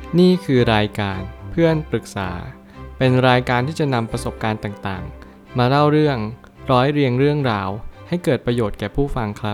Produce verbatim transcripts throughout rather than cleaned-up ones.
นี่คือรายการเพื่อนปรึกษาเป็นรายการที่จะนำประสบการณ์ต่างๆมาเล่าเรื่องร้อยเรียงเรื่องราวให้เกิดประโยชน์แก่ผู้ฟังครับ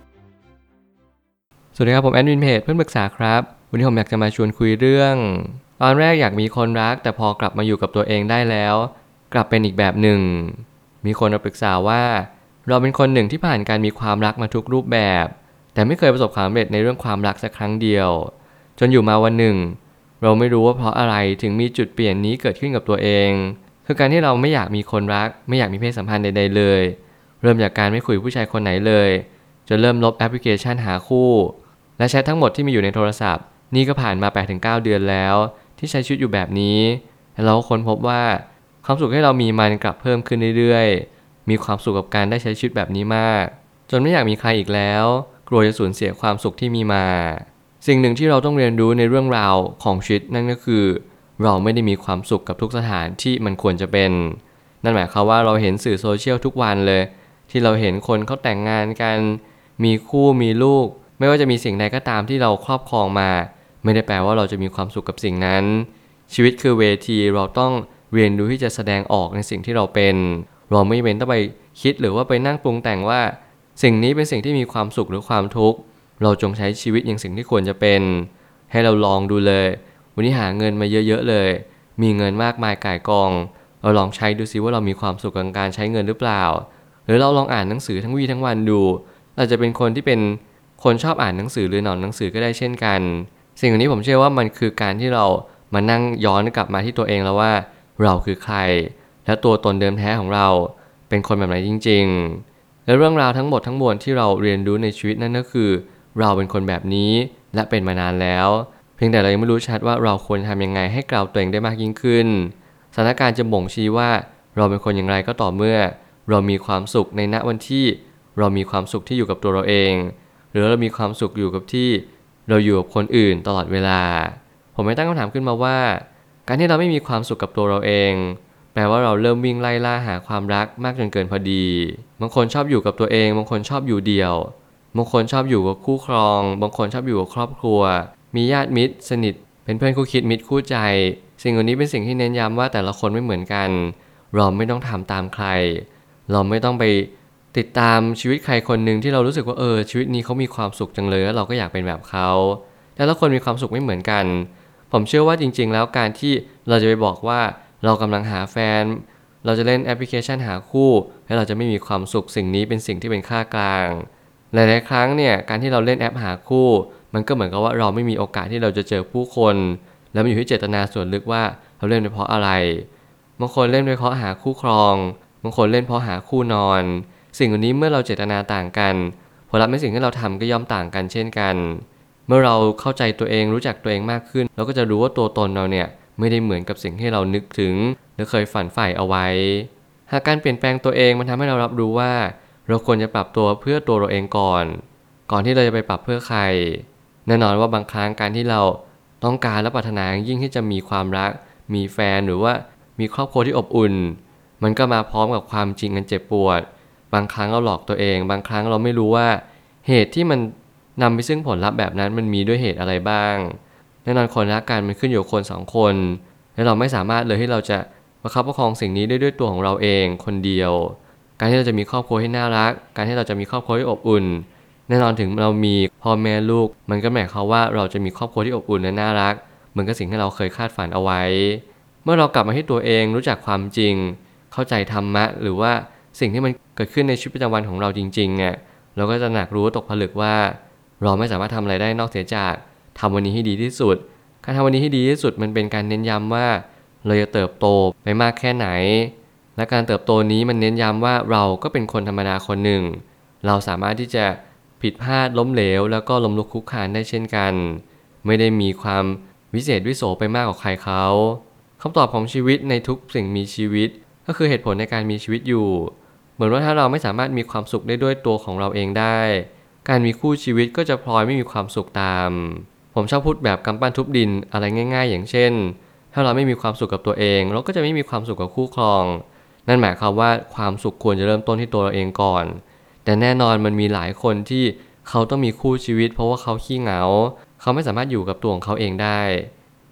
สวัสดีครับผมแอดมินเพจเพื่อนปรึกษาครับวันนี้ผมอยากจะมาชวนคุยเรื่องตอนแรกอยากมีคนรักแต่พอกลับมาอยู่กับตัวเองได้แล้วกลับเป็นอีกแบบหนึ่งมีคนมาปรึกษาว่าเราเป็นคนหนึ่งที่ผ่านการมีความรักมาทุกรูปแบบแต่ไม่เคยประสบความสำเร็จในเรื่องความรักสักครั้งเดียวจนอยู่มาวันหนึ่งเราไม่รู้ว่าเพราะอะไรถึงมีจุดเปลี่ยนนี้เกิดขึ้นกับตัวเองคือการที่เราไม่อยากมีคนรักไม่อยากมีเพศสัมพันธ์ใดๆเลยเริ่มจากการไม่คุยผู้ชายคนไหนเลยจนเริ่มลบแอปพลิเคชันหาคู่และแชททั้งหมดที่มีอยู่ในโทรศัพท์นี่ก็ผ่านมา แปดถึงเก้า เดือนแล้วที่ใช้ชีวิตอยู่แบบนี้และเราก็ค้นพบว่าความสุขที่เรามีมันกลับเพิ่มขึ้นเรื่อยๆมีความสุขกับการได้ใช้ชีวิตแบบนี้มากจนไม่อยากมีใครอีกแล้วกลัวจะสูญเสียความสุขที่มีมาสิ่งหนึ่งที่เราต้องเรียนรู้ในเรื่องราวของชีวิตนั่นก็คือเราไม่ได้มีความสุขกับทุกสถานที่มันควรจะเป็นนั่นหมายความว่าเราเห็นสื่อโซเชียลทุกวันเลยที่เราเห็นคนเขาแต่งงานกันมีคู่มีลูกไม่ว่าจะมีสิ่งใดก็ตามที่เราครอบครองมาไม่ได้แปลว่าเราจะมีความสุขกับสิ่งนั้นชีวิตคือเวทีเราต้องเรียนรู้ที่จะแสดงออกในสิ่งที่เราเป็นเราไม่เป็นต้องไปคิดหรือว่าไปนั่งปรุงแต่งว่าสิ่งนี้เป็นสิ่งที่มีความสุขหรือความทุกข์เราจงใช้ชีวิตอย่างสิ่งที่ควรจะเป็นให้เราลองดูเลยวันนี้หาเงินมาเยอะๆเลยมีเงินมากมายก่ายกองเราลองใช้ดูซิว่าเรามีความสุขกับการใช้เงินหรือเปล่าหรือเราลองอ่านหนังสือทั้งวี่ทั้งวันดูเราจะเป็นคนที่เป็นคนชอบอ่านหนังสือหรือหนอนหนังสือก็ได้เช่นกันสิ่งเหล่านี้ผมเชื่อว่ามันคือการที่เรามานั่งย้อนกลับมาที่ตัวเองแล้วว่าเราคือใครและตัวตนเดิมแท้ของเราเป็นคนแบบไหนจริงๆและเรื่องราวทั้งหมดทั้งมวลที่เราเรียนรู้ในชีวิตนั่นก็คือเราเป็นคนแบบนี้และเป็นมานานแล้วเพียงแต่เรายังไม่รู้ชัดว่าเราควรทำยังไงให้กล่าวตัวเองได้มากยิ่งขึ้นสถานการณ์จะบ่งชี้ว่าเราเป็นคนอย่างไรก็ต่อเมื่อเรามีความสุขในณวันที่เรามีความสุขที่อยู่กับตัวเราเองหรือเรามีความสุขอยู่กับที่เราอยู่กับคนอื่นตลอดเวลาผมไม่ตั้งคำถามขึ้นมาว่าการที่เราไม่มีความสุขกับตัวเราเองแปลว่าเราเริ่มวิ่งไล่ล่าหาความรักมากจนเกินพอดีบางคนชอบอยู่กับตัวเองบางคนชอบอยู่เดี่ยวบางคนชอบอยู่กับคู่ครองบางคนชอบอยู่กับครอบครัวมีญาติมิตรสนิทเป็นเพื่อนคู่คิดมิตรคู่ใจสิ่งเหล่านี้เป็นสิ่งที่เน้นย้ำว่าแต่ละคนไม่เหมือนกันเราไม่ต้องทำตามใครเราไม่ต้องไปติดตามชีวิตใครคนหนึ่งที่เรารู้สึกว่าเออชีวิตนี้เขามีความสุขจังเลยแล้วเราก็อยากเป็นแบบเขาแต่ละคนมีความสุขไม่เหมือนกันผมเชื่อว่าจริงๆแล้วการที่เราจะไปบอกว่าเรากำลังหาแฟนเราจะเล่นแอปพลิเคชันหาคู่แล้วเราจะไม่มีความสุขสิ่งนี้เป็นสิ่งที่เป็นค่ากลางหลายๆครั้งเนี่ยการที่เราเล่นแอปหาคู่มันก็เหมือนกับว่าเราไม่มีโอกาสที่เราจะเจอผู้คนแล้วมันอยู่ที่เจตนาส่วนลึกว่าเราเล่นไปเพราะอะไรบางคนเล่นไปเพราะหาคู่ครองบางคนเล่นเพราะหาคู่นอนสิ่งเหล่านี้เมื่อเราเจตนาต่างกันผลลัพธ์ในสิ่งที่เราทำก็ย่อมต่างกันเช่นกันเมื่อเราเข้าใจตัวเองรู้จักตัวเองมากขึ้นเราก็จะรู้ว่าตัวตนเราเนี่ยไม่ได้เหมือนกับสิ่งที่เรานึกถึงหรือเคยฝันใฝ่เอาไว้หากการเปลี่ยนแปลงตัวเองมันทำให้เรารับรู้ว่าเราควรจะปรับตัวเพื่อตัวเราเองก่อนก่อนที่เราจะไปปรับเพื่อใครแน่นอนว่าบางครั้งการที่เราต้องการและปรารถนายิ่งที่จะมีความรักมีแฟนหรือว่ามีครอบครัวที่อบอุ่นมันก็มาพร้อมกับความจริงอันเจ็บปวดบางครั้งเราหลอกตัวเองบางครั้งเราไม่รู้ว่าเหตุที่มันนำไปซึ่งผลลัพธ์แบบนั้นมันมีด้วยเหตุอะไรบ้างแน่นอนคนรักกันมันขึ้นอยู่กับคนสองคนและเราไม่สามารถเลยที่เราจะประคับประคองสิ่งนี้ได้ด้วยตัวของเราเองคนเดียวการที่เราจะมีครอบครัวที่น่ารักการที่เราจะมีครอบครัวที่อบอุ่นแน่นอนถึงเรามีพ่อแม่ลูกมันก็หมายความว่าเราจะมีครอบครัวที่อบอุ่นและน่ารักเหมือนกับสิ่งที่เราเคยคาดฝันเอาไว้เมื่อเรากลับมาที่ตัวเองรู้จักความจริงเข้าใจธรรมะหรือว่าสิ่งที่มันเกิดขึ้นในชีวิตประจำวันของเราจริงๆเนี่ยเราก็จะหนักรู้ตกผลึกว่าเราไม่สามารถทำอะไรได้นอกเสียจากทำวันนี้ให้ดีที่สุดการทำวันนี้ให้ดีที่สุดมันเป็นการเน้นย้ำว่าเราจะเติบโตไปมากแค่ไหนและการเติบโตนี้มันเน้นย้ำว่าเราก็เป็นคนธรรมดาคนหนึ่งเราสามารถที่จะผิดพลาดล้มเหลวแล้วก็ล้มลุกคลุกคลานได้เช่นกันไม่ได้มีความวิเศษวิโสไปมากกว่าใครเขาคำตอบของชีวิตในทุกสิ่งมีชีวิตก็คือเหตุผลในการมีชีวิตอยู่เหมือนว่าถ้าเราไม่สามารถมีความสุขได้ด้วยตัวของเราเองได้การมีคู่ชีวิตก็จะพลอยไม่มีความสุขตามผมชอบพูดแบบกำปั้นทุบดินอะไรง่ายๆอย่างเช่นถ้าเราไม่มีความสุขกับตัวเองเราก็จะไม่มีความสุขกับคู่ครองนั่นหมายความว่าความสุขควรจะเริ่มต้นที่ตัวเราเองก่อนแต่แน่นอนมันมีหลายคนที่เขาต้องมีคู่ชีวิตเพราะว่าเขาขี้เหงาเขาไม่สามารถอยู่กับตัวของเขาเองได้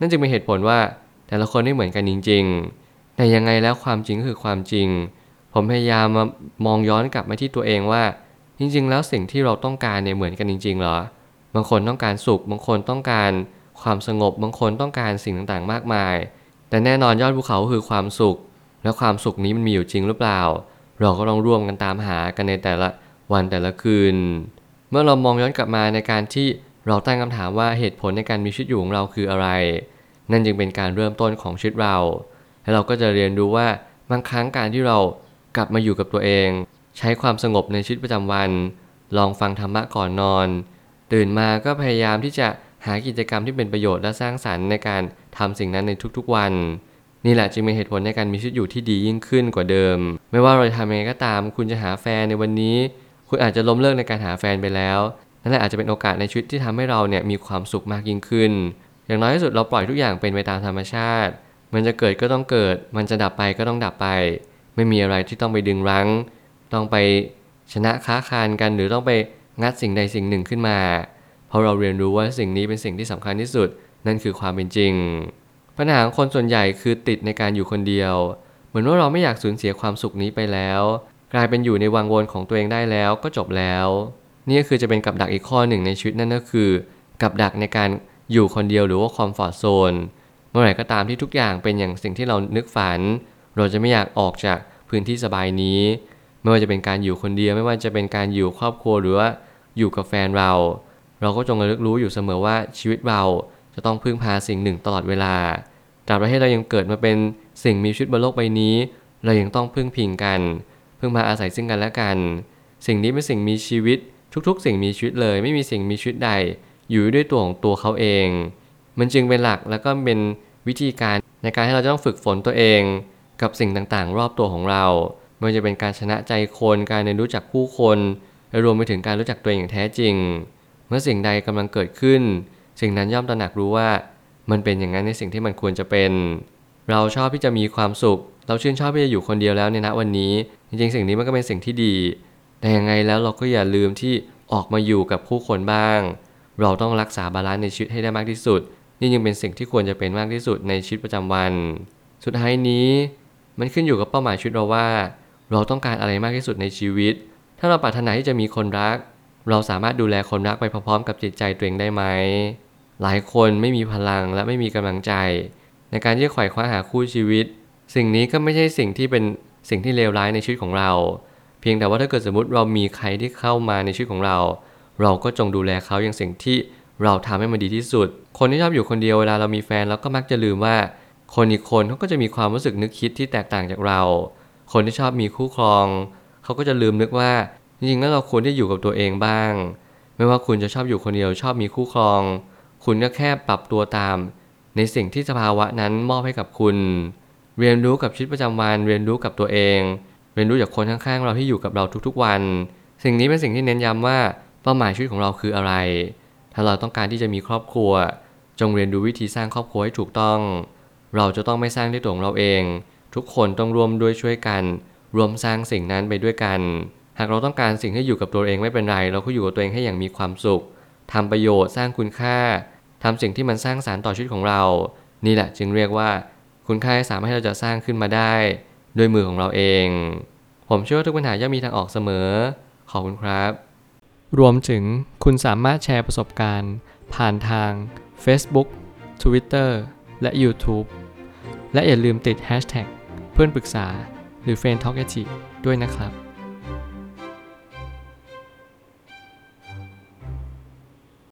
นั่นจึงเป็นเหตุผลว่าแต่ละคนไม่เหมือนกันจริงๆแต่ยังไงแล้วความจริงก็คือความจริงผมพยายามมามองย้อนกลับมาที่ตัวเองว่าจริงๆแล้วสิ่งที่เราต้องการเนี่ยเหมือนกันจริงๆเหรอบางคนต้องการสุขบางคนต้องการความสงบบางคนต้องการสิ่งต่างๆมากมายแต่แน่นอนยอดภูเขาคือความสุขและความสุขนี้มันมีอยู่จริงหรือเปล่าเราก็ต้องร่วมกันตามหากันในแต่ละวันแต่ละคืนเมื่อเรามองย้อนกลับมาในการที่เราตั้งคำถามว่าเหตุผลในการมีชีวิตอยู่ของเราคืออะไรนั่นจึงเป็นการเริ่มต้นของชีวิตเราและเราก็จะเรียนรู้ว่าบางครั้งการที่เรากลับมาอยู่กับตัวเองใช้ความสงบในชีวิตประจำวันลองฟังธรรมะก่อนนอนตื่นมาก็พยายามที่จะหากิจกรรมที่เป็นประโยชน์และสร้างสรรค์ในการทำสิ่งนั้นในทุกๆวันนี่แหละจึงเป็นเหตุผลในการมีชีวิตอยู่ที่ดียิ่งขึ้นกว่าเดิมไม่ว่าเราจะทำยังไงก็ตามคุณจะหาแฟนในวันนี้คุณอาจจะล้มเลิกในการหาแฟนไปแล้วนั่นแหละอาจจะเป็นโอกาสในชีวิตที่ทำให้เราเนี่ยมีความสุขมากยิ่งขึ้นอย่างน้อยที่สุดเราปล่อยทุกอย่างเป็นไปตามธรรมชาติมันจะเกิดก็ต้องเกิดมันจะดับไปก็ต้องดับไปไม่มีอะไรที่ต้องไปดึงรั้งต้องไปชนะค้าคานกันหรือต้องไปงัดสิ่งใดสิ่งหนึ่งขึ้นมาเพราะเราเรียนรู้ว่าสิ่งนี้เป็นสิ่งที่สำคัญที่สุดนั่นคือความเป็นจริงปัญหาของคนส่วนใหญ่คือติดในการอยู่คนเดียวเหมือนว่าเราไม่อยากสูญเสียความสุขนี้ไปแล้วกลายเป็นอยู่ในวังวนของตัวเองได้แล้วก็จบแล้วนี่ก็คือจะเป็นกับดักอีกข้อหนึ่งในชีวิตนั่นก็คือกับดักในการอยู่คนเดียวหรือว่าคอมฟอร์ตโซนเมื่อไหร่ก็ตามที่ทุกอย่างเป็นอย่างสิ่งที่เรานึกฝันเราจะไม่อยากออกจากพื้นที่สบายนี้ไม่ว่าจะเป็นการอยู่คนเดียวไม่ว่าจะเป็นการอยู่ครอบครัวหรือว่าอยู่กับแฟนเราเราก็จงระลึกรู้อยู่เสมอว่าชีวิตเราจะต้องพึ่งพาสิ่งหนึ่งตลอดเวลาตราบใดที่เรายังเกิดมาเป็นสิ่งมีชีวิตบนโลกใบนี้เรายังต้องพึ่งพิงกันพึ่งพาอาศัยซึ่งกันและกันสิ่งนี้เป็นสิ่งมีชีวิตทุกๆสิ่งมีชีวิตเลยไม่มีสิ่งมีชีวิตใดอยู่ด้วยตัวของตัวเขาเองมันจึงเป็นหลักแล้วก็เป็นวิธีการในการให้เราจะต้องฝึกฝนตัวเองกับสิ่งต่างๆรอบตัวของเราไม่ว่าจะเป็นการชนะใจคนการเรียนรู้จักผู้คนและรวมไปถึงการรู้จักตัวเองอย่างแท้จริงเมื่อสิ่งใดกำลังเกิดขึ้นสิ่งนั้นย่อมตระหนักรู้ว่ามันเป็นอย่างนั้นในสิ่งที่มันควรจะเป็นเราชอบที่จะมีความสุขเราชื่นชอบที่จะอยู่คนเดียวแล้วในณวันนี้จริงๆสิ่งนี้มันก็เป็นสิ่งที่ดีแต่ยังไงแล้วเราก็อย่าลืมที่ออกมาอยู่กับผู้คนบ้างเราต้องรักษาบาลานซ์ในชีวิตให้ได้มากที่สุดนี่ยังเป็นสิ่งที่ควรจะเป็นมากที่สุดในชีวิตประจำวันสุดท้ายนี้มันขึ้นอยู่กับเป้าหมายชีวิตเราว่าเราต้องการอะไรมากที่สุดในชีวิตถ้าเราปรารถนาที่จะมีคนรักเราสามารถดูแลคนรักไปพร้อมๆกับจิตใจตัวเองได้ไหมหลายคนไม่มีพลังและไม่มีกำลังใจในการที่จะไขว่คว้าหาคู่ชีวิตสิ่งนี้ก็ไม่ใช่สิ่งที่เป็นสิ่งที่เลวร้ายในชีวิตของเราเพียงแต่ว่าถ้าเกิดสมมติเรามีใครที่เข้ามาในชีวิตของเราเราก็จงดูแลเขาอย่างสิ่งที่เราทำให้มันดีที่สุดคนที่ชอบอยู่คนเดียวเวลาเรามีแฟนเราก็มักจะลืมว่าคนอีกคนเขาก็จะมีความรู้สึกนึกคิดที่แตกต่างจากเราคนที่ชอบมีคู่ครองเขาก็จะลืมนึกว่าจริงๆแล้วเราควรที่อยู่กับตัวเองบ้างไม่ว่าคุณจะชอบอยู่คนเดียวชอบมีคู่ครองคุณก็แค่ปรับตัวตามในสิ่งที่สภาวะนั้นมอบให้กับคุณเรียนรู้กับชีวิตประจำวันเรียนรู้กับตัวเองเรียนรู้จากคนข้างๆเราที่อยู่กับเราทุกๆวันสิ่งนี้เป็นสิ่งที่เน้นย้ำว่าเป้าหมายชีวิตของเราคืออะไรถ้าเราต้องการที่จะมีครอบครัวจงเรียนรู้วิธีสร้างครอบครัวให้ถูกต้องเราจะต้องไม่สร้างด้วยตัวของเราเองทุกคนต้องร่วมด้วยช่วยกันรวมสร้างสิ่งนั้นไปด้วยกันหากเราต้องการสิ่งที่อยู่กับตัวเองไม่เป็นไรเราก็อยู่กับตัวเองให้อย่างมีความสุขทำประโยชน์สร้างคุณค่าทำสิ่งที่มันสร้างสรรค์ต่อชีวิตของเรานี่แหละจึงเรียกว่าคุณค่าสามารถให้เราจะสร้างขึ้นมาได้ด้วยมือของเราเองผมเชื่อว่าทุกปัญหาย่อมมีทางออกเสมอขอบคุณครับรวมถึงคุณสามารถแชร์ประสบการณ์ผ่านทาง Facebook Twitter และ YouTube และอย่าลืมติด แฮชแท็ก เพื่อนปรึกษาหรือ เฟรนด์ ทอล์ก ด้วยนะครับ